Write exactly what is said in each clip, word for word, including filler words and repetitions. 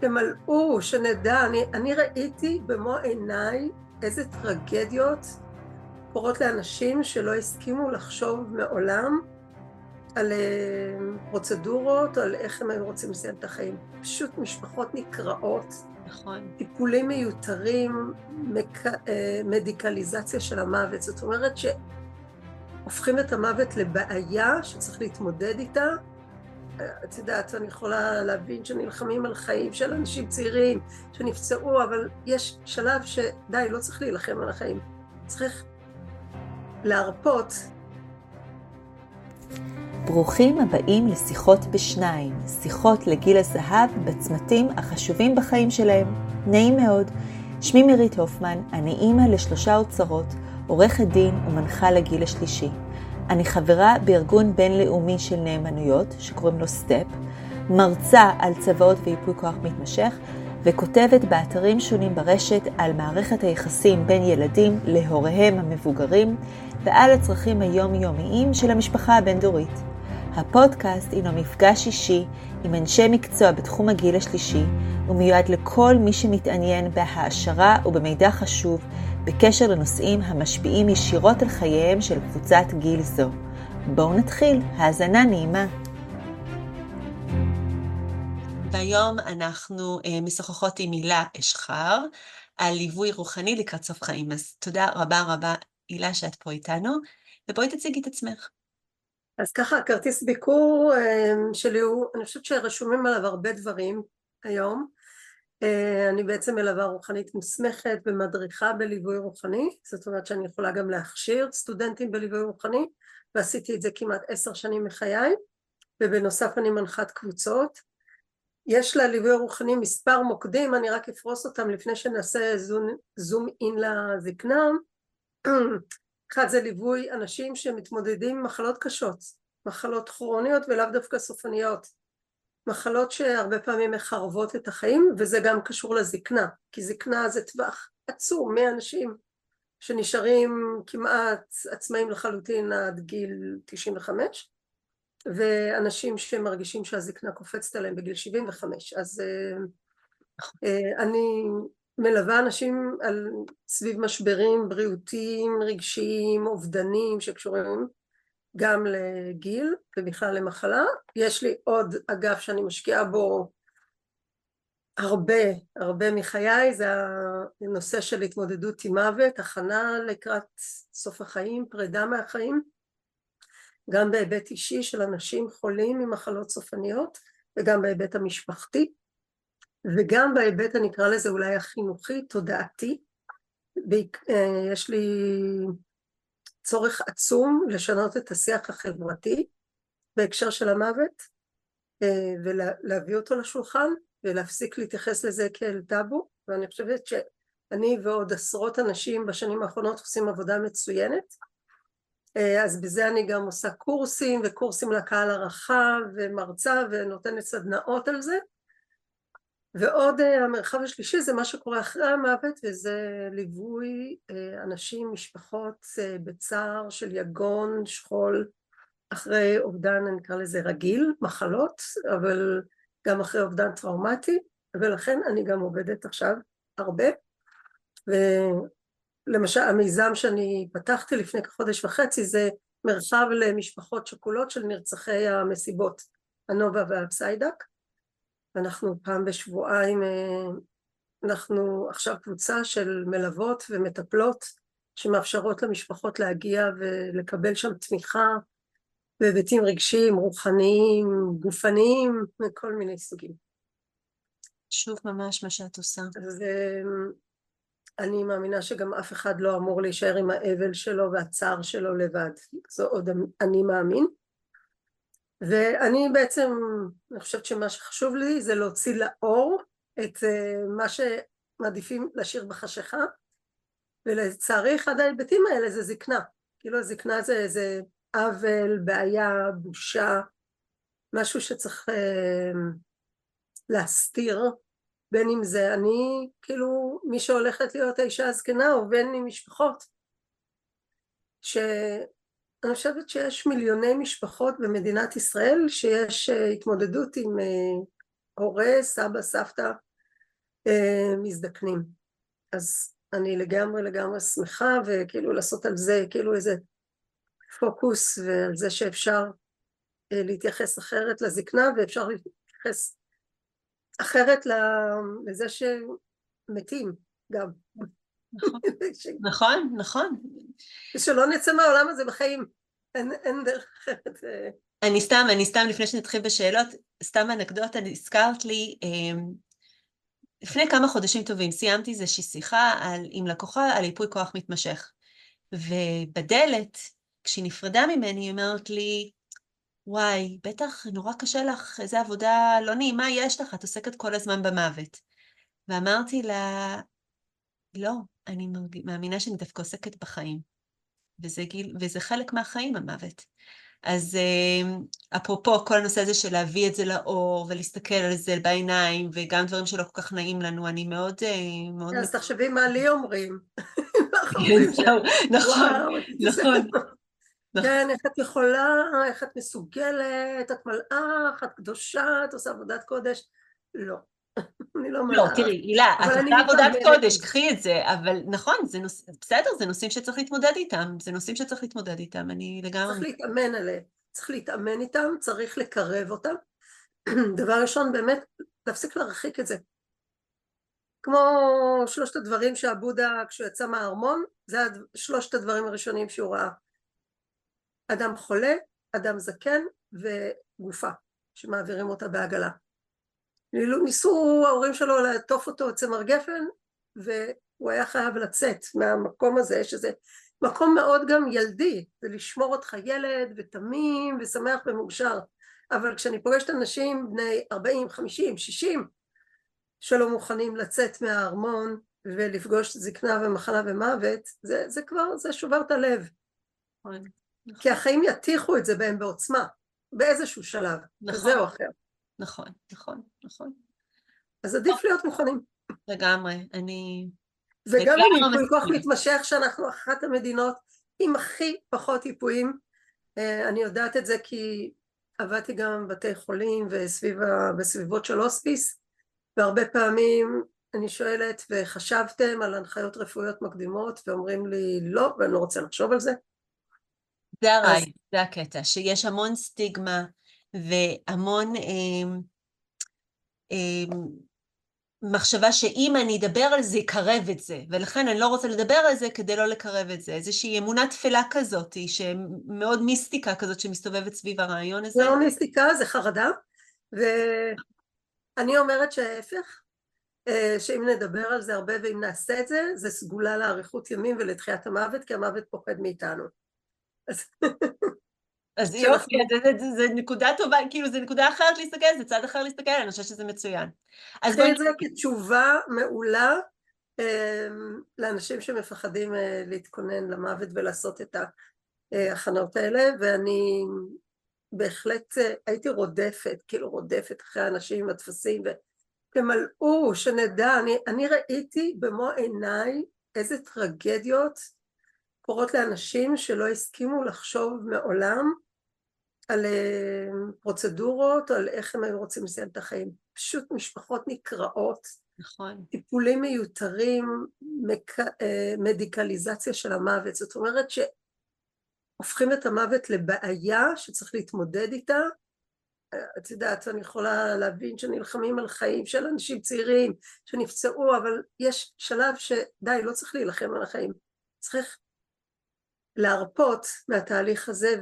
ימלאו, שנדע, אני, אני ראיתי במו עיניי איזה טרגדיות קורות לאנשים שלא הסכימו לחשוב מעולם על פרוצדורות, על איך הם היו רוצים לסיים את החיים. פשוט משפחות נקראות, נכון. טיפולים מיותרים, מק... מדיקליזציה של המוות. זאת אומרת שהופכים את המוות לבעיה שצריך להתמודד איתה. את יודעת, אני יכולה להבין שנלחמים על חיים של אנשים צעירים שנפצעו, אבל יש שלב שדי, לא צריך להילחם על החיים. צריך להרפות. ברוכים הבאים לשיחות בשניים, שיחות לגיל הזהב בצמתים החשובים בחיים שלהם. נעים מאוד, שמי מירית הופמן, אני אימא לשלושה אוצרות, עורכת דין ומנחה לגיל השלישי. אני חברה בארגון בינלאומי של נאמנויות שקוראים לו סטפ, מרצה על צוואות וייפוי כוח מתמשך, וכותבת באתרים שונים ברשת על מערכת היחסים בין ילדים להוריהם המבוגרים, ועל הצרכים היומיומיים של המשפחה הבין-דורית. הפודקאסט הינו מפגש אישי עם אנשי מקצוע בתחום הגיל השלישי, ומיועד לכל מי שמתעניין בהעשרה ובמידע חשוב בקשר לנושאים המשפיעים ישירות על חייהם של קבוצת גיל זו. בואו נתחיל, האזנה נעימה. והיום אנחנו uh, משוחחות עם הילה אשחר על ליווי רוחני לקראת סוף חיים. אז תודה רבה רבה הילה שאת פה איתנו, ובואי תציגי את עצמך. אז ככה, כרטיס ביקור שלי הוא, אני חושבת שרשומים עליו הרבה דברים היום. אני בעצם מלווה רוחנית מוסמכת ומדריכה בליווי רוחני, זאת אומרת שאני יכולה גם להכשיר סטודנטים בליווי רוחני, ועשיתי את זה כמעט עשר שנים מחיי, ובנוסף אני מנחת קבוצות. יש לליווי רוחני מספר מוקדים, אני רק אפרוס אותם לפני שנעשה זום, זום אין לזקנה. אחד זה ליווי אנשים שמתמודדים עם מחלות קשות, מחלות כרוניות ולאו דווקא סופניות, מחלות שהרבה פעמים מחרבות את החיים, וזה גם קשור לזקנה, כי זקנה זה טווח עצום מאנשים שנשארים כמעט עצמאים לחלוטין עד גיל תשעים וחמש, ואנשים שמרגישים שהזקנה קופצת עליהם בגיל שבעים וחמש. אז אני מלווה אנשים על סביב משברים בריאותיים, רגשיים, אובדנים שקשורים גם לגיל ובכלל למחלה. יש לי עוד אגף שאני משקיעה בו הרבה, הרבה מחיי, זה הנושא של התמודדות עם מוות, הכנה לקראת סוף החיים, פרידה מהחיים, גם בהיבט אישי של אנשים חולים עם מחלות סופניות, וגם בהיבט המשפחתי, וגם בהיבט אני אקרא לזה אולי החינוכי, תודעתי. יש לי צורך עצום לשנות את השיח החברתי בהקשר של המוות, ולהביא אותו לשולחן, ולהפסיק להתייחס לזה כאל טאבו, ואני חושבת שאני ועוד עשרות אנשים בשנים האחרונות עושים עבודה מצוינת. אז בזה אני גם עושה קורסים, וקורסים לקהל הרחב, ומרצה, ונותנת סדנאות על זה. ועוד המרחב השלישי זה מה שקורה אחרי המוות, וזה ליווי אנשים, משפחות בצער של יגון, שכול, אחרי אובדן, אני אקרא לזה רגיל, מחלות, אבל גם אחרי אובדן טראומטי, ולכן אני גם עובדת עכשיו הרבה. ולמשל המיזם שאני פתחתי לפני כחודש וחצי זה מרחב למשפחות שכולות של נרצחי המסיבות, הנובה והפסיידק. אנחנו פעם בשבועיים, אנחנו עכשיו קבוצה של מלוות ומטפלות שמאפשרות למשפחות להגיע ולקבל שם תמיכה בהיבטים רגשיים, רוחניים, גופניים, מכל מיני סוגים. שוב ממש מה שאת עושה. אז אני מאמינה שגם אף אחד לא אמור להישאר עם האבל שלו והצער שלו לבד. זו עוד אני מאמין. ואני בעצם, אני חושבת שמה שחשוב לי זה להוציא לאור את מה שמעדיפים להשאיר בחשיכה, ולצערי אחד ההיבטים האלה זה זקנה. כאילו זקנה זה איזה עוול, בעיה, בושה, משהו שצריך להסתיר, בין אם זה אני, כאילו מי שהולכת להיות האישה הזקנה, או בין עם משפחות, שאני חושבת שיש מיליוני משפחות במדינת ישראל, שיש התמודדות עם הורה, סבא, סבתא, מזדקנים. אז אני לגמרי לגמרי שמחה, וכאילו לעשות על זה כאילו איזה פוקוס, ועל זה שאפשר להתייחס אחרת לזקנה, ואפשר להתייחס אחרת לזה שמתים גם. נכון, נכון, נכון. ושלא נצא מהעולם הזה בחיים, אין, אין דרך אחרת. אני סתם, אני סתם, לפני שנתחיל בשאלות, סתם אנקדוטה, הזכרת לי, לפני כמה חודשים טובים, סיימתי איזושהי שיחה על, עם לקוחה על ייפוי כוח מתמשך. ובדלת, כשהיא נפרדה ממני, היא אומרת לי, וואי, בטח נורא קשה לך, איזו עבודה לא נעימה יש לך, את עוסקת כל הזמן במוות. ואמרתי לה, לא, אני מאמינה שאני דווקא עוסקת בחיים. וזה, גיל, וזה חלק מהחיים, המוות. אז אפרופו כל הנושא הזה של להביא את זה לאור, ולהסתכל על זה בעיניים, וגם דברים שלא כל כך נעים לנו, אני מאוד... מאוד אז תחשבי מה לי אומרים. נכון, נכון. כן, איך את יכולה, איך את מסוגלת, את מלאך, את קדושה, את עושה עבודת קודש. לא, אני לא מלאך. לא, תראי, הילה, את עושה עבודת קודש, קחי את זה, אבל נכון, בסדר, זה נושאים שצריך להתמודד איתם, זה נושאים שצריך להתמודד איתם, אני לגמרי... צריך להתאמן עליהם, צריך להתאמן איתם, צריך לקרב אותם. דבר ראשון, באמת, להפסיק להרחיק את זה. כמו שלושת הדברים שהבודה, כשהוא יצא מהארמון, זה שלושת הדברים הראשונים שהוא ראה. אדם חולה, אדם זקן וגופה, שמעבירים אותה בעגלה. ניסו ההורים שלו לעטוף אותו צמר גפן, והוא היה חייב לצאת מהמקום הזה, שזה מקום מאוד גם ילדי, זה לשמור אותך ילד ותמים ושמח ומאושר. אבל כשאני פוגשת אנשים בני ארבעים, חמישים, שישים, שלא מוכנים לצאת מהארמון ולפגוש זקנה ומחלה ומוות, זה, זה כבר, זה שובר את הלב. נכון. כי החיים יתיחו את זה בהם בעוצמה, באיזשהו שלב, נכון, כזה או אחר. נכון, נכון, נכון. אז עדיף להיות מוכנים. לגמרי, אני... וגם עם ייפוי כוח מתמשך, שאנחנו אחת המדינות עם הכי פחות ייפויים, אני יודעת את זה כי עבדתי גם בבתי חולים ובסביבות של הוספיס, והרבה פעמים אני שואלת, וחשבתם על הנחיות רפואיות מקדימות, ואומרים לי לא, ואני לא רוצה לחשוב על זה. זה הרעי, זה הקטע, שיש המון סטיגמה, והמון אה, אה, מחשבה שאם אני אדבר על זה, יקרב את זה, ולכן אני לא רוצה לדבר על זה כדי לא לקרב את זה. איזושהי אמונה תפלה כזאת, שמאוד מיסטיקה כזאת שמסתובבת סביב הרעיון הזה. זה לא מיסטיקה, זה חרדה, ואני אומרת שההפך, שאם נדבר על זה הרבה ואם נעשה את זה, זה סגולה לאריכות ימים ולתחיית המוות, כי המוות פוחד מאיתנו. אז יופי, זה נקודה טובה, כאילו זה נקודה אחרת להסתכל, זה צד אחר להסתכל, אני חושבת שזה מצוין. קחי את זה כתשובה מעולה לאנשים שמפחדים להתכונן למוות ולעשות את ההכנות האלה, ואני בהחלט הייתי רודפת, כאילו רודפת אחרי אנשים עם הטפסים, ותמלאו, שנדע, אני, אני ראיתי במו עיניי איזה טרגדיות קורות לאנשים שלא הסכימו לחשוב מעולם על פרוצדורות, על איך הם היו רוצים לסיים את החיים. פשוט משפחות נקראות, נכון. טיפולים מיותרים, מק... מדיקליזציה של המוות. זאת אומרת שהופכים את המוות לבעיה שצריך להתמודד איתה. את יודעת, אני יכולה להבין שנלחמים על חיים של אנשים צעירים שנפצעו, אבל יש שלב שדי, לא צריך להילחם על החיים. צריך להרפות מהתהליך הזה,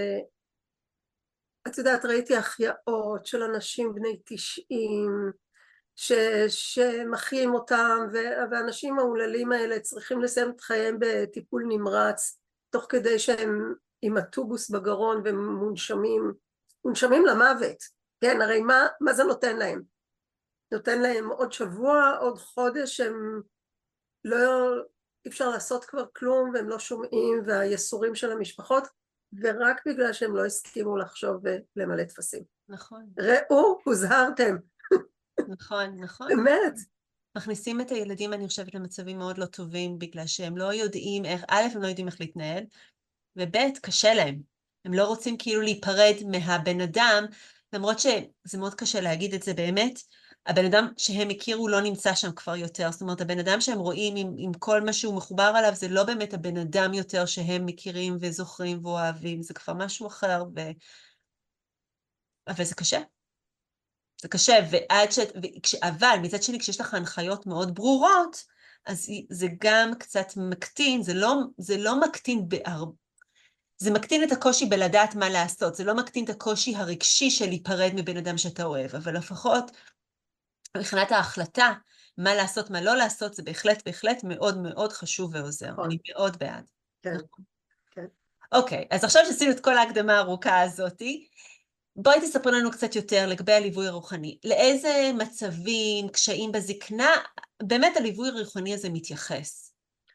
ואת יודעת, ראיתי החייאות של אנשים בני תשעים, ש... שמחיים אותם, ואנשים מעוללים האלה צריכים לסיים את חייהם בטיפול נמרץ, תוך כדי שהם עם הטובוס בגרון ומונשמים, מונשמים למוות, כן, הרי מה, מה זה נותן להם? נותן להם עוד שבוע, עוד חודש, הם לא, אי אפשר לעשות כבר כלום, והם לא שומעים, והייסורים של המשפחות, ורק בגלל שהם לא הסכימו לחשוב ולמלא טפסים. נכון. ראו, הוזהרתם. נכון, נכון. באמת. מכניסים את הילדים, אני חושבת, למצבים מאוד לא טובים, בגלל שהם לא יודעים איך, א', הם לא יודעים איך להתנהל, וב', קשה להם. הם לא רוצים כאילו להיפרד מהבן אדם, למרות שזה מאוד קשה להגיד את זה באמת, הבן אדם שהם הכירו לא נמצא שם כבר יותר, זאת אומרת, הבן אדם שהם רואים עם, עם כל מה שהוא מחובר עליו, זה לא באמת הבן אדם יותר שהם מכירים וזוכרים ואוהבים, זה כבר משהו אחר, ו... אבל זה קשה. זה קשה, ועד ש... וכש... אבל מצד שני, כשיש לך הנחיות מאוד ברורות, אז זה גם קצת מקטין, זה לא, זה לא מקטין בהרבה, זה מקטין את הקושי בלדעת מה לעשות, זה לא מקטין את הקושי הרגשי של להיפרד מבן אדם שאתה אוהב, אבל לפחות מבחינת ההחלטה, מה לעשות, מה לא לעשות, זה בהחלט, בהחלט מאוד מאוד חשוב ועוזר. נכון. אני מאוד בעד. כן, נכון. כן. אוקיי, אז עכשיו שעשינו את כל ההקדמה הארוכה הזאתי, בואי תספר לנו קצת יותר לגבי הליווי הרוחני. לאיזה מצבים, קשיים בזקנה, באמת הליווי הרוחני הזה מתייחס?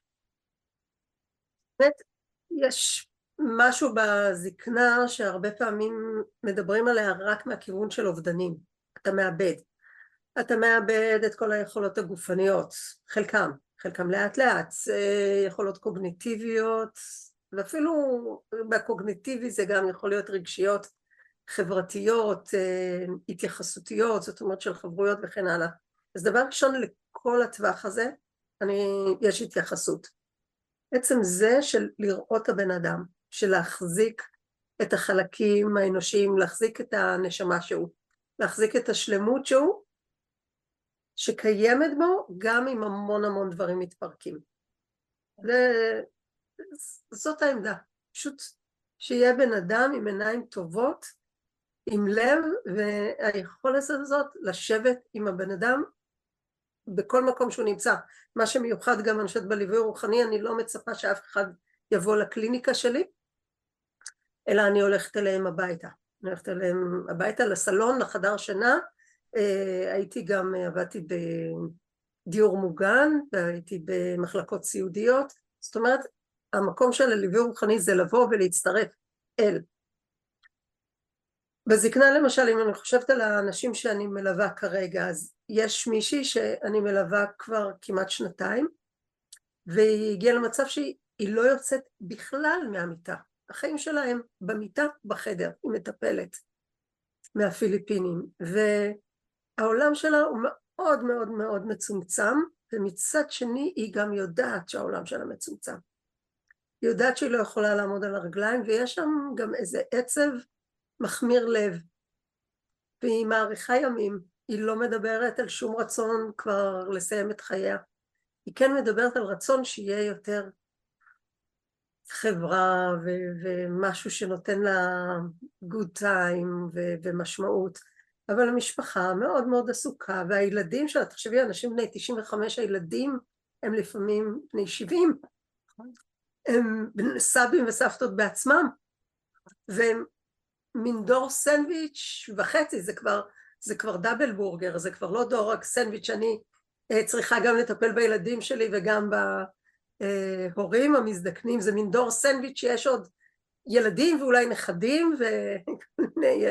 באמת, יש משהו בזקנה שהרבה פעמים מדברים עליה רק מהכיוון של אובדנים. אתה מאבד. אתה מאבד את כל היכולות הגופניות, חלקם, חלקם לאט לאט, יכולות קוגניטיביות, ואפילו בקוגניטיבי זה גם יכול להיות רגשיות, חברתיות, התייחסותיות, זאת אומרת של חברויות וכן הלאה. אז דבר ראשון לכל הטווח הזה, אני, יש התייחסות. עצם זה של לראות הבן אדם, של להחזיק את החלקים האנושיים, להחזיק את הנשמה שהוא, להחזיק את השלמות שהוא, שקיימת בו גם אם המון המון דברים מתפרקים. זאת העמדה, פשוט שיהיה בן אדם עם עיניים טובות, עם לב, והיכולת הזאת לשבת עם הבן אדם בכל מקום שהוא נמצא. מה שמיוחד גם אני חושבת בליווי רוחני, אני לא מצפה שאף אחד יבוא לקליניקה שלי, אלא אני הולכת אליהם הביתה. אני הולכת אליהם הביתה, לסלון, לחדר שינה, הייתי גם, עבדתי בדיור מוגן, והייתי במחלקות סיעודיות, זאת אומרת, המקום של הליווי רוחני זה לבוא ולהצטרף אל. בזקנה למשל, אם אני חושבת על האנשים שאני מלווה כרגע, אז יש מישהי שאני מלווה כבר כמעט שנתיים, והיא הגיעה למצב שהיא לא יוצאת בכלל מהמיטה. החיים שלה הם במיטה בחדר, היא מטפלת מהפיליפינים, והעולם שלה הוא מאוד מאוד מאוד מצומצם, ומצד שני היא גם יודעת שהעולם שלה מצומצם. היא יודעת שהיא לא יכולה לעמוד על הרגליים, ויש שם גם איזה עצב מחמיר לב, והיא מאריכה ימים, היא לא מדברת על שום רצון כבר לסיים את חייה, היא כן מדברת על רצון שיהיה יותר חברה ו- ומשהו שנותן לה good time ו- ומשמעות, אבל המשפחה מאוד מאוד עסוקה, והילדים שלה, תחשבי, אנשים בני תשעים וחמש, הילדים הם לפעמים בני שבעים, הם סבים וסבתות בעצמם, והם מין דור סנדוויץ' וחצי, זה כבר, זה כבר דאבל בורגר, זה כבר לא דור רק סנדוויץ', אני צריכה גם לטפל בילדים שלי וגם בהורים המזדקנים, זה מין דור סנדוויץ' שיש עוד ילדים ואולי נכדים, וכל מיני,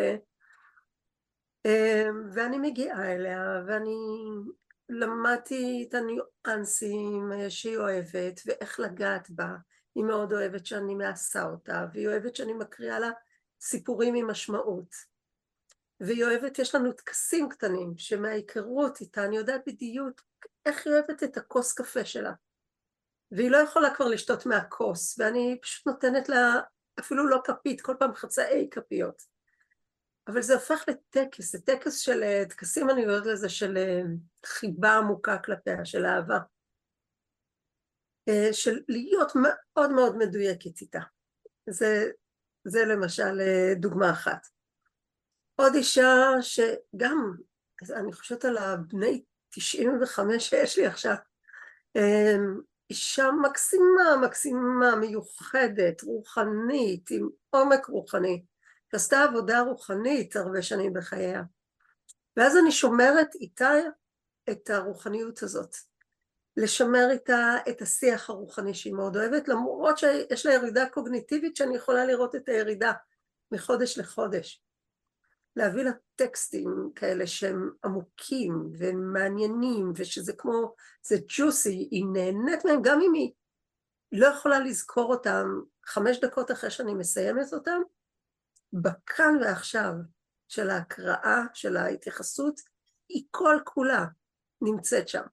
ואני מגיעה אליה, ואני למדתי את הניואנסים שהיא אוהבת, ואיך לגעת בה, היא מאוד אוהבת שאני מעשה אותה, והיא אוהבת שאני מקריאה לה סיפורים עם משמעות, והיא אוהבת, יש לנו טקסים קטנים שמההיכרות איתה אני יודעת בדיוק איך היא אוהבת את הכוס קפה שלה, והיא לא יכולה כבר לשתות מהכוס, ואני פשוט נותנת לה אפילו לא כפית, כל פעם חצאי כפיות, אבל זה הופך לטקס, זה טקס של טקסים, אני יודעת לזה של חיבה עמוקה כלפיה, של אהבה, של להיות מאוד מאוד מדויקת איתה. זה זה למשל דוגמה אחת. עוד אישה שגם, אני חושבת על הבני תשעים וחמש שיש לי עכשיו, אישה מקסימה, מקסימה, מיוחדת, רוחנית, עם עומק רוחני, שעשתה עבודה רוחנית הרבה שנים בחייה. ואז אני שומרת איתה את הרוחניות הזאת, לשמר איתה את השיח הרוחני שהיא מאוד אוהבת, למרות שיש לה ירידה קוגניטיבית שאני יכולה לראות את הירידה מחודש לחודש. להביא לה טקסטים כאלה שהם עמוקים ומעניינים, ושזה כמו, זה ג'וסי, היא נהנית מהם, גם אם היא לא יכולה לזכור אותם חמש דקות אחרי שאני מסיימת אותם, בכאן ועכשיו של ההקראה, של ההתייחסות, היא כל כולה נמצאת שם.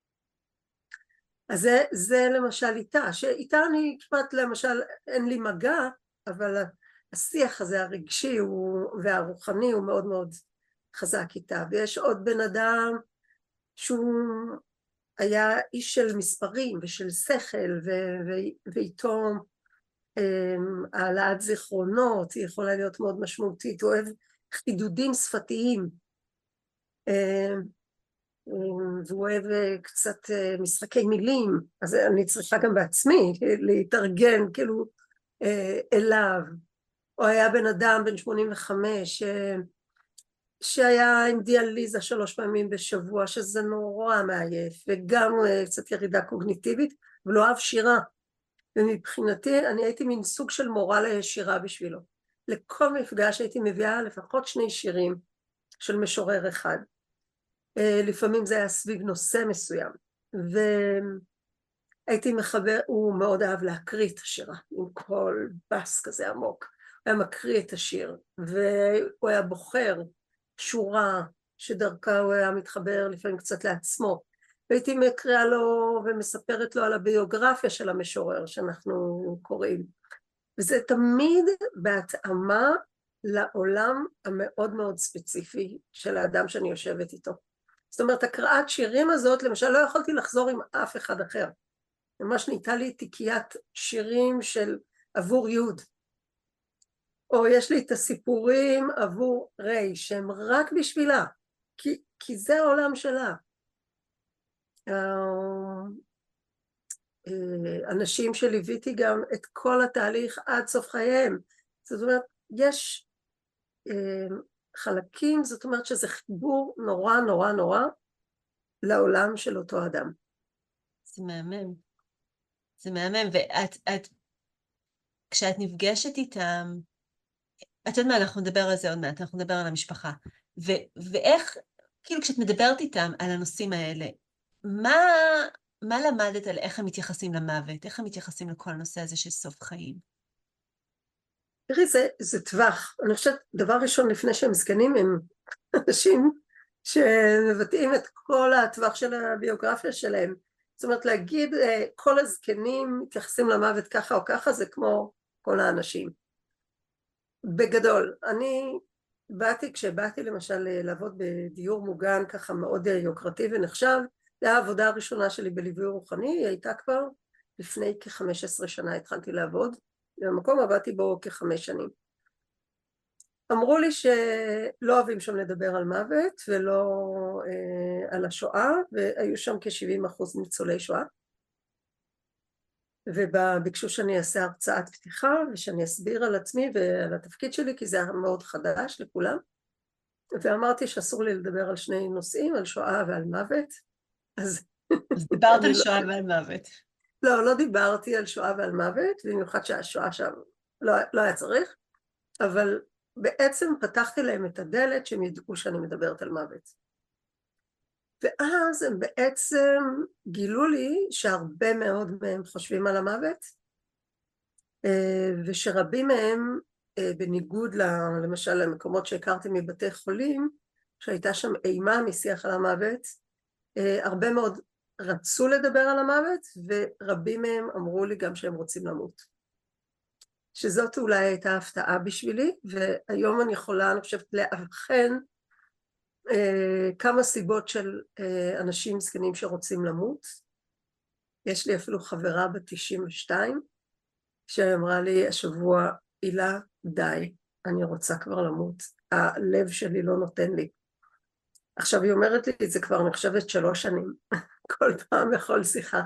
אז זה, זה למשל איתה, שאיתה אני כמעט למשל אין לי מגע, אבל השיח הזה הרגשי הוא, והרוחני הוא מאוד מאוד חזק איתה. ויש עוד בן אדם שהוא היה איש של מספרים ושל שכל, ו- ו- ואיתו um, העלאת זיכרונות, היא יכולה להיות מאוד משמעותית, הוא אוהב חידודים שפתיים, um, והוא אוהב קצת משחקי מילים, אז אני צריכה גם בעצמי להתארגן כאילו אליו. או היה בן אדם בן שמונים וחמש שהיה עם דיאליזה שלוש פעמים בשבוע, שזה נורא מעייף, וגם קצת ירידה קוגניטיבית, ולא אהב שירה. ומבחינתי אני הייתי מין סוג של מורה לשירה בשבילו. לכל מפגש הייתי מביאה לפחות שני שירים של משורר אחד. לפעמים זה היה סביב נושא מסוים, והייתי מחבר, הוא מאוד אהב להקריא את השירה, עם קול בס כזה עמוק, הוא היה מקריא את השיר, והוא היה בוחר שורה שדרכה הוא היה מתחבר לפעמים קצת לעצמו, והייתי מקריאה לו ומספרת לו על הביוגרפיה של המשורר שאנחנו קוראים, וזה תמיד בהתאמה לעולם המאוד מאוד ספציפי של האדם שאני יושבת איתו. זאת אומרת, הקראת שירים הזאת, למשל, לא יכולתי לחזור עם אף אחד אחר. ממש נהייתה לי תיקיית שירים של עבור יוד. או יש לי את הסיפורים עבור רי, שהם רק בשבילה, כי, כי זה העולם שלה. אנשים שליוויתי גם את כל התהליך עד סוף חייהם. זאת אומרת, יש חלקים, זאת אומרת שזה חיבור נורא נורא נורא לעולם של אותו אדם. זה מהמם. זה מהמם, ואת, את, כשאת נפגשת איתם, את יודעת מה, אנחנו נדבר על זה עוד מעט, אנחנו נדבר על המשפחה, ו, ואיך, כאילו כשאת מדברת איתם על הנושאים האלה, מה, מה למדת על איך הם מתייחסים למוות, איך הם מתייחסים לכל הנושא הזה של סוף חיים? תראי, זה, זה טווח. אני חושבת, דבר ראשון לפני שהם זקנים, הם אנשים שמבטאים את כל הטווח של הביוגרפיה שלהם. זאת אומרת, להגיד כל הזקנים מתייחסים למוות ככה או ככה, זה כמו כל האנשים. בגדול, אני באתי, כשבאתי למשל לעבוד בדיור מוגן ככה מאוד יוקרתי ונחשב, זה העבודה הראשונה שלי בליווי רוחני, היא הייתה כבר לפני כ-חמש עשרה שנה התחלתי לעבוד, במקום עבדתי בו כחמש שנים. אמרו לי שלא אוהבים שם לדבר על מוות ולא אה, על השואה, והיו שם כ-שבעים אחוז ניצולי שואה, וביקשו שאני אעשה הרצאת פתיחה ושאני אסביר על עצמי ועל התפקיד שלי, כי זה היה מאוד חדש לכולם, ואמרתי שאסור לי לדבר על שני נושאים, על שואה ועל מוות. אז, אז דיברת על לא, שואה ועל מוות. לא, לא דיברתי על שואה ועל מוות, במיוחד שהשואה שם לא, לא היה צריך, אבל בעצם פתחתי להם את הדלת שהם ידעו שאני מדברת על מוות. ואז הם בעצם גילו לי שהרבה מאוד מהם חושבים על המוות, ושרבים מהם, בניגוד למשל למקומות שהכרתי מבתי חולים, שהייתה שם אימה משיח על המוות, הרבה מאוד רצו לדבר על המוות, ורבים מהם אמרו לי גם שהם רוצים למות. שזאת אולי הייתה הפתעה בשבילי, והיום אני יכולה, אני חושבת, לאבחן אה, כמה סיבות של אה, אנשים זקנים שרוצים למות. יש לי אפילו חברה בת תשעים ושתיים, שאמרה לי השבוע, הילה, די, אני רוצה כבר למות, הלב שלי לא נותן לי. עכשיו היא אומרת לי, זה כבר נחשבת שלוש שנים, כל פעם בכל שיחה.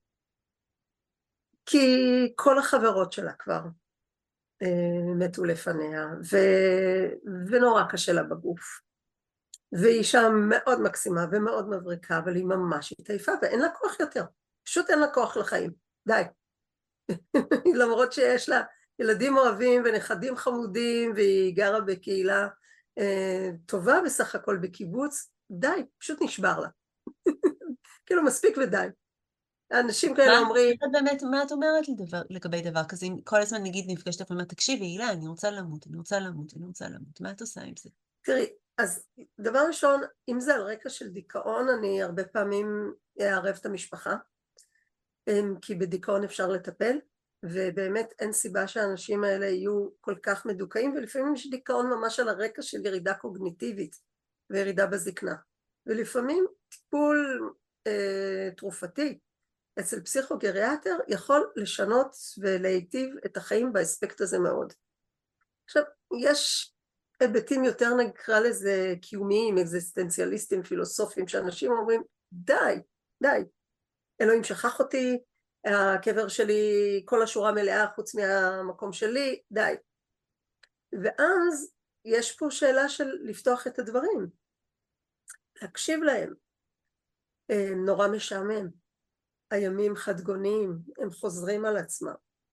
כי כל החברות שלה כבר אה, מתו לפניה, ו... ונורא קשה לה בגוף. והיא שם מאוד מקסימה ומאוד מבריקה, אבל היא ממש התעייפה, ואין לה כוח יותר. פשוט אין לה כוח לחיים. די. למרות שיש לה ילדים אוהבים ונכדים חמודים, והיא גרה בקהילה אה, טובה בסך הכל בקיבוץ, די, פשוט נשבר לה. כאילו מספיק ודי. האנשים כאלה אומרים... מה באמת, מה את אומרת לדבר, לגבי דבר כזה? אם כל הזמן נגיד נפגשת ואומרת, תקשיבי, הילה, אני רוצה למות, אני רוצה למות, אני רוצה למות. מה את עושה עם זה? תראי, אז דבר ראשון, אם זה על רקע של דיכאון, אני הרבה פעמים אערב את המשפחה, כי בדיכאון אפשר לטפל, ובאמת אין סיבה שהאנשים האלה יהיו כל כך מדוכאים, ולפעמים יש דיכאון ממש על הרקע של ירידה קוגניטיבית וירידה בזקנה, ולפעמים טיפול אה, תרופתי אצל פסיכוגריאטר יכול לשנות ולהיטיב את החיים באספקט הזה מאוד. עכשיו, יש היבטים יותר נקרא לזה קיומיים, אקזיסטנציאליסטים, פילוסופיים, שאנשים אומרים די, די, אלוהים שכח אותי, הקבר שלי כל השורה מלאה חוץ מהמקום שלי, די. ואז יש פה שאלה של לפתוח את הדברים, להקשיב להם. נורא משעמם, הימים חדגוניים, הם חוזרים על עצמם.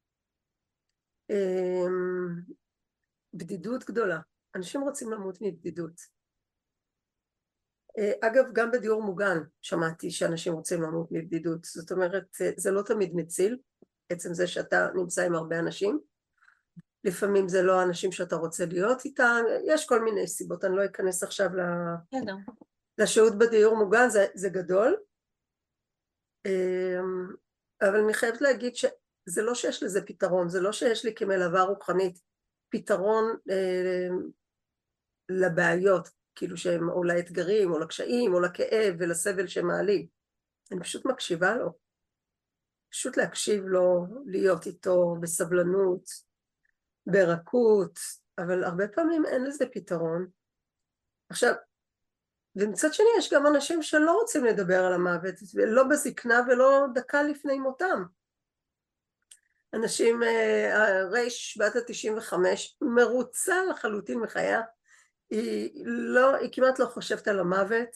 בדידות גדולה, אנשים רוצים למות מבדידות. אגב, גם בדיור מוגן שמעתי שאנשים רוצים למות מבדידות, זאת אומרת, זה לא תמיד מציל, עצם זה שאתה נמצא עם הרבה אנשים, לפעמים זה לא האנשים שאתה רוצה להיות איתם, יש כל מיני סיבות, אני לא אכנס עכשיו לשהות בדיור מוגן, זה, זה גדול, אבל אני חייבת להגיד שזה לא שיש לזה פתרון, זה לא שיש לי כמלווה רוחנית פתרון לבעיות, כאילו שהם או לאתגרים או לקשיים או לכאב ולסבל שמעלים. אני פשוט מקשיבה לו, פשוט להקשיב לו, להיות איתו בסבלנות, ברכות, אבל הרבה פעמים אין לזה פתרון. עכשיו, ומצד שני יש גם אנשים שלא רוצים לדבר על המוות, לא בזקנה ולא דקה לפני מותם. אנשים, רייש בת ה-תשעים וחמש, מרוצה לחלוטין מחייה, היא, לא, היא כמעט לא חושבת על המוות,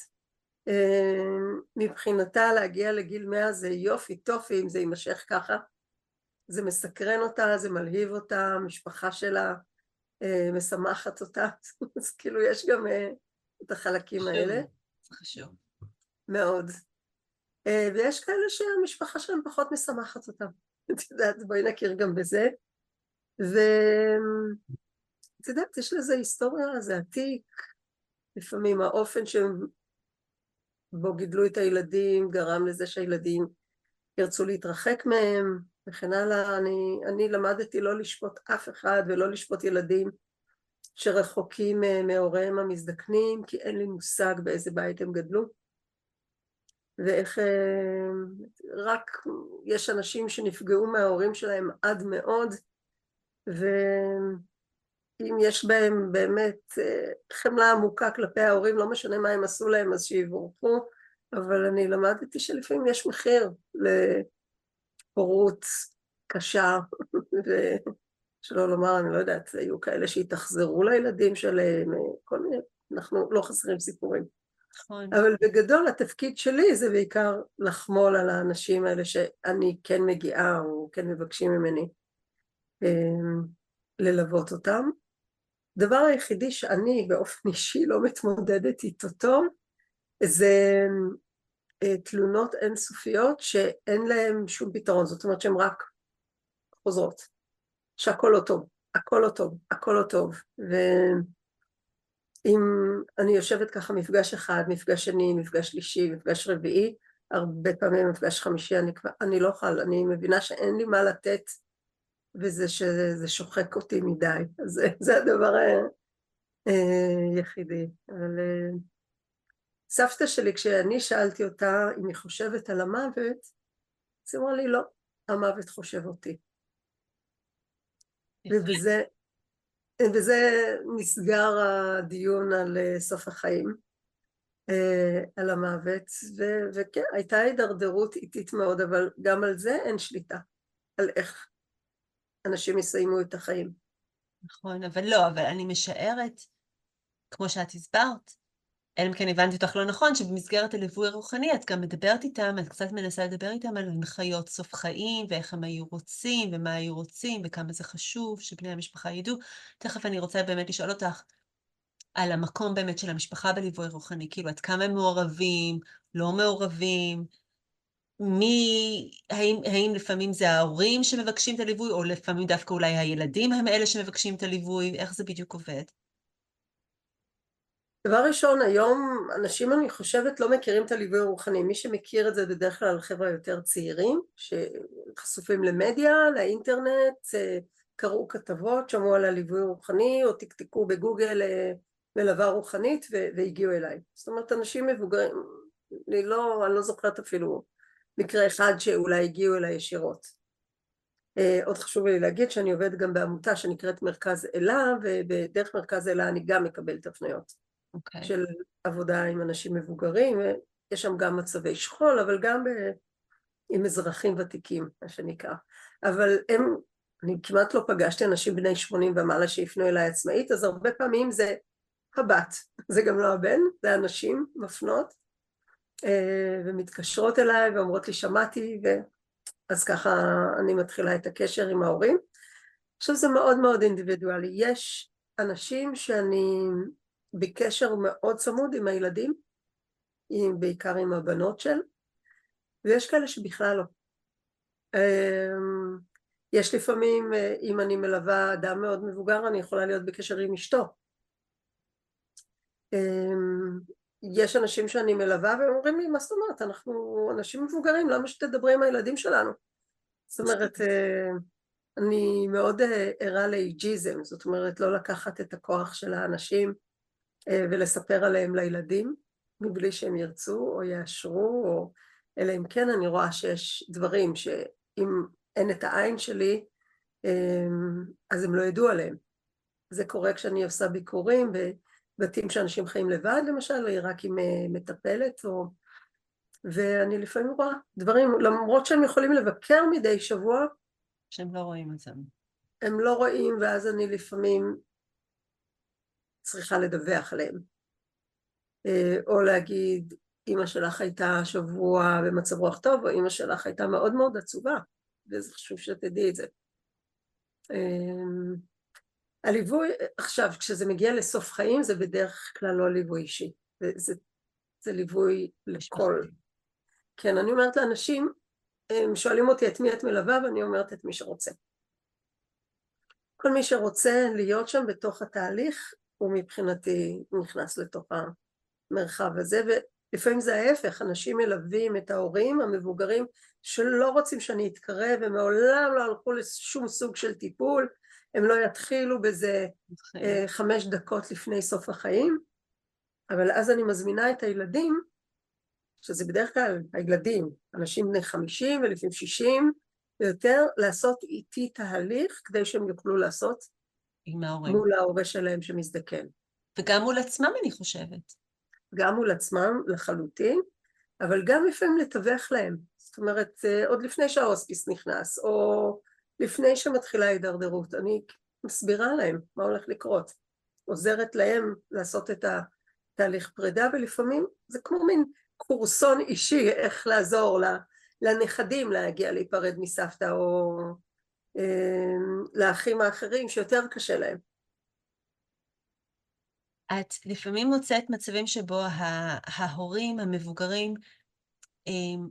מבחינתה להגיע לגיל מאה זה יופי, טופי, אם זה יימשך ככה, זה מסקרן אותה, זה מלהיב אותה, המשפחה שלה משמחת אותה, אז כאילו יש גם את החלקים חשוב, האלה. זה חשוב. מאוד. ויש כאלה שהמשפחה שלהם פחות משמחת אותם, את יודעת, בואי נכיר גם בזה, ואת יודעת, יש לזה היסטוריה, זה עתיק, לפעמים האופן שבו גידלו את הילדים גרם לזה שהילדים ירצו להתרחק מהם, וכן הלאה. אני, אני למדתי לא לשפוט אף אחד ולא לשפוט ילדים שרחוקים מהוריהם המזדקנים, כי אין לי מושג באיזה בית הם גדלו, ואיך רק יש אנשים שנפגעו מההורים שלהם עד מאוד, ואם יש בהם באמת חמלה עמוקה כלפי ההורים, לא משנה מה הם עשו להם, אז שיבורכו, אבל אני למדתי שלפעמים יש מחיר להורות קשה, ושלא לומר, אני לא יודעת, היו כאלה שהתאכזרו לילדים שלהם, כל מיני, אנחנו לא חסרים סיפורים. נכון. אבל בגדול התפקיד שלי זה בעיקר לחמול על האנשים האלה שאני כן מגיעה או כן מבקשים ממני ללוות אותם. דבר היחידי שאני באופן אישי לא מתמודדת איתו טוב, זה תלונות אינסופיות שאין להם שום פתרון, זאת אומרת שהן רק חוזרות, שהכל לא טוב, הכל לא טוב, הכל לא טוב, ואם אני יושבת ככה מפגש אחד, מפגש שני, מפגש שלישי, מפגש רביעי, הרבה פעמים מפגש חמישי, אני, אני לא אוכל, אני מבינה שאין לי מה לתת, וזה שזה שוחק אותי מדי, אז זה, זה הדבר היחידי. אבל סבתא שלי, כשאני שאלתי אותה אם היא חושבת על המוות, אז אמרה לי לא, המוות חושב אותי. ובזה, ובזה נסגר הדיון על סוף החיים, על המוות, ו- וכן, הייתה הידרדרות איטית מאוד, אבל גם על זה אין שליטה, על איך אנשים יסיימו את החיים. נכון, אבל לא, אבל אני משערת, כמו שאת הסברת, אלא אם כן הבנתי אותך לא נכון, שבמסגרת הליווי הרוחני את גם מדברת איתם, את קצת מנסה לדבר איתם על הנחיות סוף חיים, ואיך הם היו רוצים, ומה היו רוצים, וכמה זה חשוב שבני המשפחה ידעו. תכף אני רוצה באמת לשאול אותך על המקום באמת של המשפחה בליווי רוחני, כאילו עד כמה הם מעורבים, לא מעורבים, מי, האם, האם לפעמים זה ההורים שמבקשים את הליווי, או לפעמים דווקא אולי הילדים הם אלה שמבקשים את הליווי, איך זה בדיוק עובד? דבר ראשון, היום אנשים אני חושבת לא מכירים את הליווי הרוחני, מי שמכיר את זה בדרך כלל חבר'ה יותר צעירים, שחשופים למדיה, לאינטרנט, קראו כתבות, שמעו על הליווי הרוחני, או תקתקו בגוגל מלווה רוחנית והגיעו אליי. זאת אומרת, אנשים מבוגרים, אני לא, אני לא זוכרת אפילו מקרה אחד שאולי הגיעו אליי ישירות. עוד חשוב לי להגיד שאני עובדת גם בעמותה שנקראת מרכז אלה, ובדרך מרכז אלה אני גם מקבלת הפניות okay. של עבודה עם אנשים מבוגרים, יש שם גם מצבי שכול, אבל גם ב... עם אזרחים ותיקים, מה שנקרא. אבל הם, אני כמעט לא פגשתי אנשים בני שמונים ומעלה שיפנו אליי עצמאית, אז הרבה פעמים זה הבת, זה גם לא הבן, זה אנשים מפנות, ומתקשרות אליי ואומרות לי שמעתי, ו... אז ככה אני מתחילה את הקשר עם ההורים. עכשיו זה מאוד מאוד אינדיבידואלי. יש אנשים שאני בקשר מאוד צמוד עם הילדים, בעיקר עם הבנות של, ויש כאלה שבכלל לא. יש לפעמים, אם אני מלווה אדם מאוד מבוגר, אני יכולה להיות בקשר עם אשתו. יש אנשים שאני מלווה והם אומרים לי, מה זאת אומרת, אנחנו אנשים מבוגרים, למה שתדברי עם הילדים שלנו? זאת אומרת, אני מאוד ערה לאייג'יזם, זאת אומרת, לא לקחת את הכוח של האנשים ולספר עליהם לילדים, מבלי שהם ירצו או יאשרו, או אלא אם כן אני רואה שיש דברים שאם אין את העין שלי, אז הם לא ידעו עליהם. זה קורה כשאני עושה ביקורים בבתים שאנשים חיים לבד, למשל, היא רק עם מטפלת, או... ואני לפעמים רואה דברים, למרות שהם יכולים לבקר מדי שבוע, שהם לא רואים את זה. הם לא רואים, ואז אני לפעמים צריכה לדווח עליהם. או להגיד, אמא שלך הייתה שבוע במצב רוח טוב, או אמא שלך הייתה מאוד מאוד עצובה, וזה חשוב שתדעי את זה. הליווי, עכשיו, כשזה מגיע לסוף חיים, זה בדרך כלל לא ליווי אישי. זה, זה, זה ליווי לכל. כן, אני אומרת לאנשים, הם שואלים אותי את מי את מלווה, ואני אומרת את מי שרוצה. כל מי שרוצה להיות שם בתוך התהליך, הוא מבחינתי נכנס לתוך המרחב הזה, ולפעמים זה ההפך, אנשים מלווים את ההורים המבוגרים, שלא רוצים שאני אתקרב, ומעולם לא הלכו לשום סוג של טיפול, הם לא יתחילו בזה אה, חמש דקות לפני סוף החיים, אבל אז אני מזמינה את הילדים, שזה בדרך כלל הילדים, אנשים בני חמישים ולפעמים שישים, ויותר לעשות איתי תהליך, כדי שהם יוכלו לעשות עם ההורים. מול ההורה שלהם שמזדקן. וגם מול עצמם אני חושבת. גם מול עצמם לחלוטין, אבל גם לפעמים לתווך להם. זאת אומרת, עוד לפני שההוספיס נכנס, או לפני שמתחילה ההידרדרות, אני מסבירה להם מה הולך לקרות. עוזרת להם לעשות את התהליך פרידה, ולפעמים זה כמו מין קורסון אישי, איך לעזור לנכדים להגיע להיפרד מסבתא, או לאחים האחרים שיותר קשה להם. את לפעמים מוצאת מצבים שבו ההורים המבוגרים הם,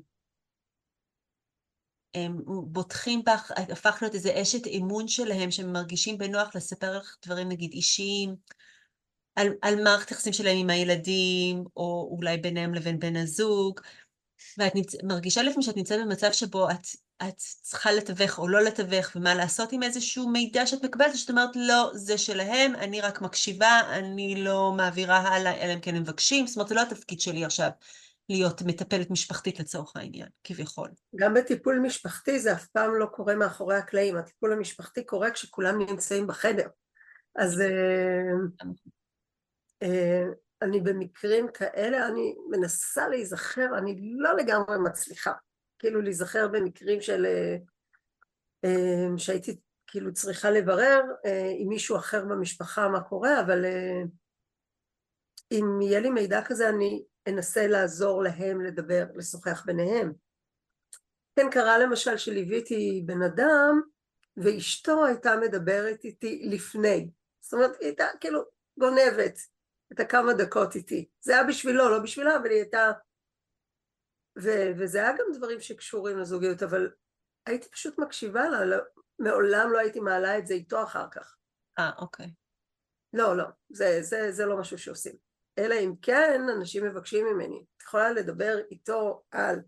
הם בוטחים בך, הפך להיות איזה אשת אמון שלהם, שהם מרגישים בנוח לספר לך דברים נגיד אישיים, על, על מערכת יחסים שלהם עם הילדים, או אולי ביניהם לבין בן הזוג, ואת נמצ... מרגישה לפעמים שאת נמצאת במצב שבו את, את צריכה לתווך או לא לתווך, ומה לעשות עם איזשהו מידע שאת מקבלת, שאת אומרת, לא, זה שלהם, אני רק מקשיבה, אני לא מעבירה הלאה, אלא אם כן הם מבקשים, זאת אומרת, זה לא התפקיד שלי עכשיו, להיות מטפלת משפחתית לצורך העניין, כביכול. גם בטיפול משפחתי זה אף פעם לא קורה מאחורי הקלעים, הטיפול המשפחתי קורה כשכולם נמצאים בחדר. אז אני במקרים כאלה, אני מנסה להיזכר, אני לא לגמרי מצליחה, כאילו להיזכר במקרים של, שהייתי כאילו צריכה לברר עם מישהו אחר במשפחה מה קורה, אבל אם יהיה לי מידע כזה, אני אנסה לעזור להם לדבר, לשוחח ביניהם. כן, קרה למשל שליוויתי בן אדם, ואשתו הייתה מדברת איתי לפני. זאת אומרת, היא הייתה כאילו גונבת את הכמה דקות איתי. זה היה בשבילו, לא בשבילה, אבל היא הייתה... ו- וזה היה גם דברים שקשורים לזוגיות, אבל הייתי פשוט מקשיבה לה, לא... מעולם לא הייתי מעלה את זה איתו אחר כך. אה, אוקיי. לא, לא, זה, זה, זה לא משהו שעושים. אלא אם כן אנשים מבקשים ממני. את יכולה לדבר איתו על...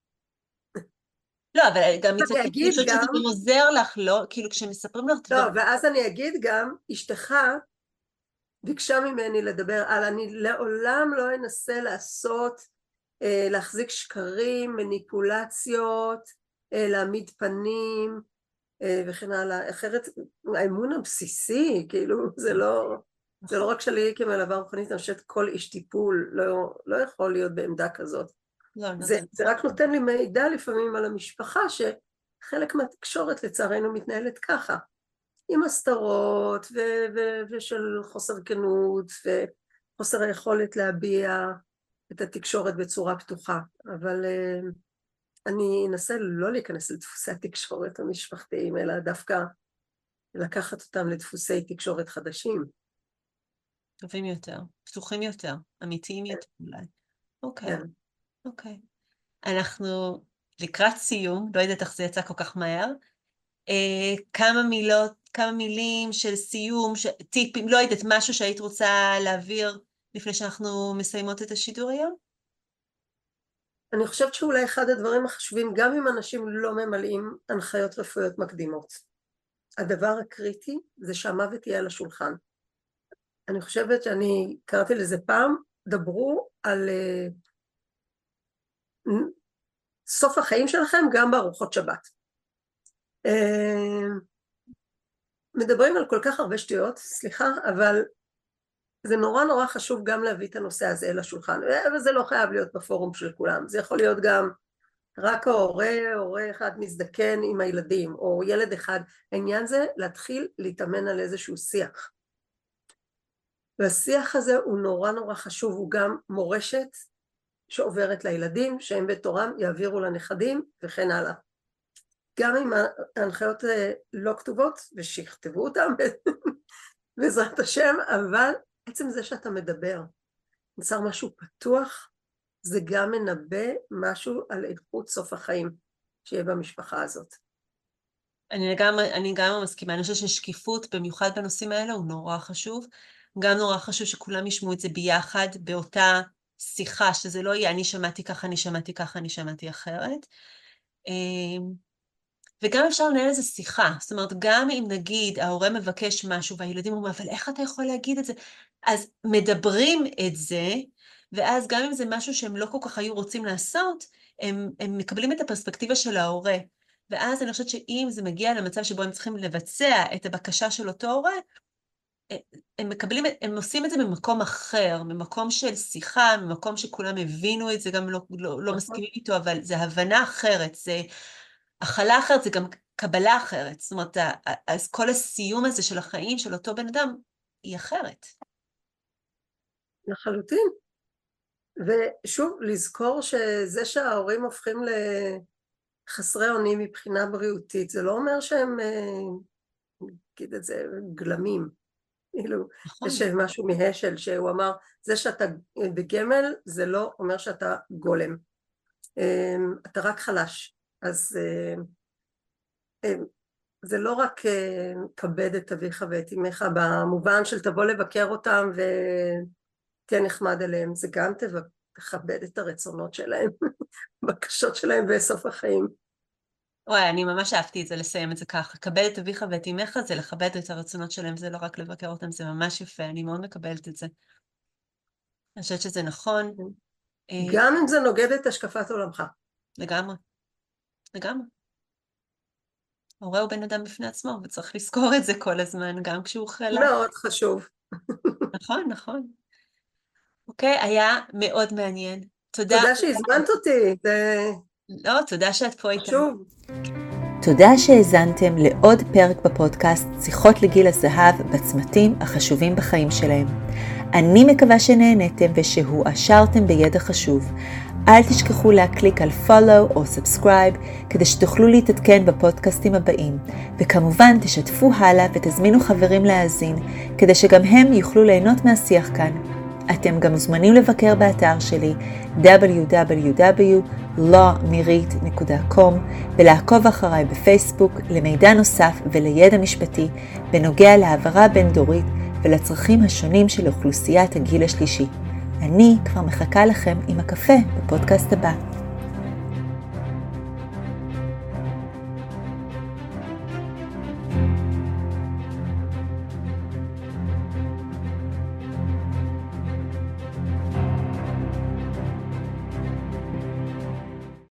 לא, אבל גם מצד אני אגיד שזה גם... גם עוזר לך, לא? כאילו כשמספרים לך... לא, ואז אני אגיד גם, אשתך ביקשה ממני לדבר על, אני לעולם לא אנסה לעשות, אה, להחזיק שקרים, מניפולציות, אה, להעמיד פנים, אה, וכן הלאה. אחרת, האמון הבסיסי, כאילו, זה לא... זה לא רק שלי כמלווה רוחנית, אני חושבת כל איש טיפול לא, לא יכול להיות בעמדה כזאת. לא, זה, זה רק נותן לי מידע לפעמים על המשפחה, שחלק מהתקשורת לצערנו מתנהלת ככה, עם הסתרות ו- ו- ושל חוסר כנות וחוסר היכולת להביע את התקשורת בצורה פתוחה. אבל uh, אני אנסה לא להיכנס לדפוסי התקשורת המשפחתיים, אלא דווקא לקחת אותם לדפוסי תקשורת חדשים. טובים יותר, פתוחים יותר, אמיתיים יותר אולי. אוקיי, אוקיי. אנחנו לקראת סיום, לא יודעת איך זה יצא כל כך מהר. אה, כמה מילות, כמה מילים של סיום, ש... טיפים, לא יודעת, משהו שהיית רוצה להעביר לפני שאנחנו מסיימות את השידור היום? אני חושבת שאולי אחד הדברים החשובים, גם אם אנשים לא ממלאים הנחיות רפואיות מקדימות, הדבר הקריטי זה שהמוות יהיה על השולחן. אני חושבת שאני קראתי לזה פעם, דברו על uh, סוף החיים שלכם גם בארוחות שבת. Uh, מדברים על כל כך הרבה שטויות, סליחה, אבל זה נורא נורא חשוב גם להביא את הנושא הזה אל השולחן, וזה לא חייב להיות בפורום של כולם, זה יכול להיות גם רק ההורה, הורה אחד מזדקן עם הילדים, או ילד אחד. העניין זה להתחיל להתאמן על איזשהו שיח. והשיח הזה הוא נורא נורא חשוב, הוא גם מורשת שעוברת לילדים, שהם בתורם יעבירו לנכדים וכן הלאה. גם אם ההנחיות לא כתובות, ושיכתבו אותם בעזרת השם, אבל עצם זה שאתה מדבר, נוצר משהו פתוח, זה גם מנבא משהו על איכות סוף החיים שיהיה במשפחה הזאת. אני גם, אני גם מסכימה, אני חושבת ששקיפות, במיוחד בנושאים האלה, הוא נורא חשוב. גם נורא חשוב שכולם ישמעו את זה ביחד, באותה שיחה, שזה לא יהיה, אני שמעתי ככה, אני שמעתי ככה, אני שמעתי אחרת. וגם אפשר לנהל איזה שיחה, זאת אומרת, גם אם נגיד ההורה מבקש משהו, והילדים אומרים, אבל איך אתה יכול להגיד את זה? אז מדברים את זה, ואז גם אם זה משהו שהם לא כל כך היו רוצים לעשות, הם, הם מקבלים את הפרספקטיבה של ההורה. ואז אני חושבת שאם זה מגיע למצב שבו הם צריכים לבצע את הבקשה של אותו הורה, הם מקבלים, הם עושים את זה ממקום אחר, ממקום של שיחה, ממקום שכולם הבינו את זה, גם לא, לא, לא מסכימים איתו, אבל זה הבנה אחרת, זה הכלה אחרת, זה גם קבלה אחרת. זאת אומרת, אז כל הסיום הזה של החיים של אותו בן אדם היא אחרת. לחלוטין. ושוב, לזכור שזה שההורים הופכים לחסרי אונים מבחינה בריאותית, זה לא אומר שהם, נגיד את זה, גלמים. כאילו, נכון. יש משהו מהשל שהוא אמר, זה שאתה בגמל, זה לא אומר שאתה גולם. אתה רק חלש. אז זה לא רק כבד את אביך ואת אמך, במובן של תבוא לבקר אותם ותהיה נחמד אליהם, זה גם תכבד את הרצונות שלהם, בקשות שלהם בסוף החיים. וואי, אני ממש אהבתי את זה, לסיים את זה ככה. כבד את אביך ואת אמך, זה לכבד את הרצונות שלהם, זה לא רק לבקר אותם, זה ממש יפה, אני מאוד מקבלת את זה. אני חושבת שזה נכון. גם אם זה נוגד את השקפת עולמך. לגמרי. לגמרי. הורה הוא בן אדם בפני עצמו, וצריך לזכור את זה כל הזמן, גם כשהוא חלק. מאוד חשוב. נכון, נכון. אוקיי, היה מאוד מעניין. תודה. תודה שהזמנת אותי. זה... לא, תודה שאת פה איתנו. חשוב. תודה שהאזנתם לעוד פרק בפודקאסט שיחות לגיל הזהב בצמתים החשובים בחיים שלהם. אני מקווה שנהנתם ושהועשרתם בידע חשוב. אל תשכחו להקליק על follow או subscribe כדי שתוכלו להתעדכן בפודקאסטים הבאים, וכמובן תשתפו הלאה ותזמינו חברים להאזין כדי שגם הם יוכלו ליהנות מהשיח כאן. אתם גם מוזמנים לבקר באתר שלי דאבליו דאבליו דאבליו נקודה לאו נירית נקודה קום ולעקוב אחריי בפייסבוק למידע נוסף ולידע משפטי בנוגע להעברה בין דורית ולצרכים השונים של אוכלוסיית הגיל השלישי. אני כבר מחכה לכם עם הקפה בפודקאסט הבא.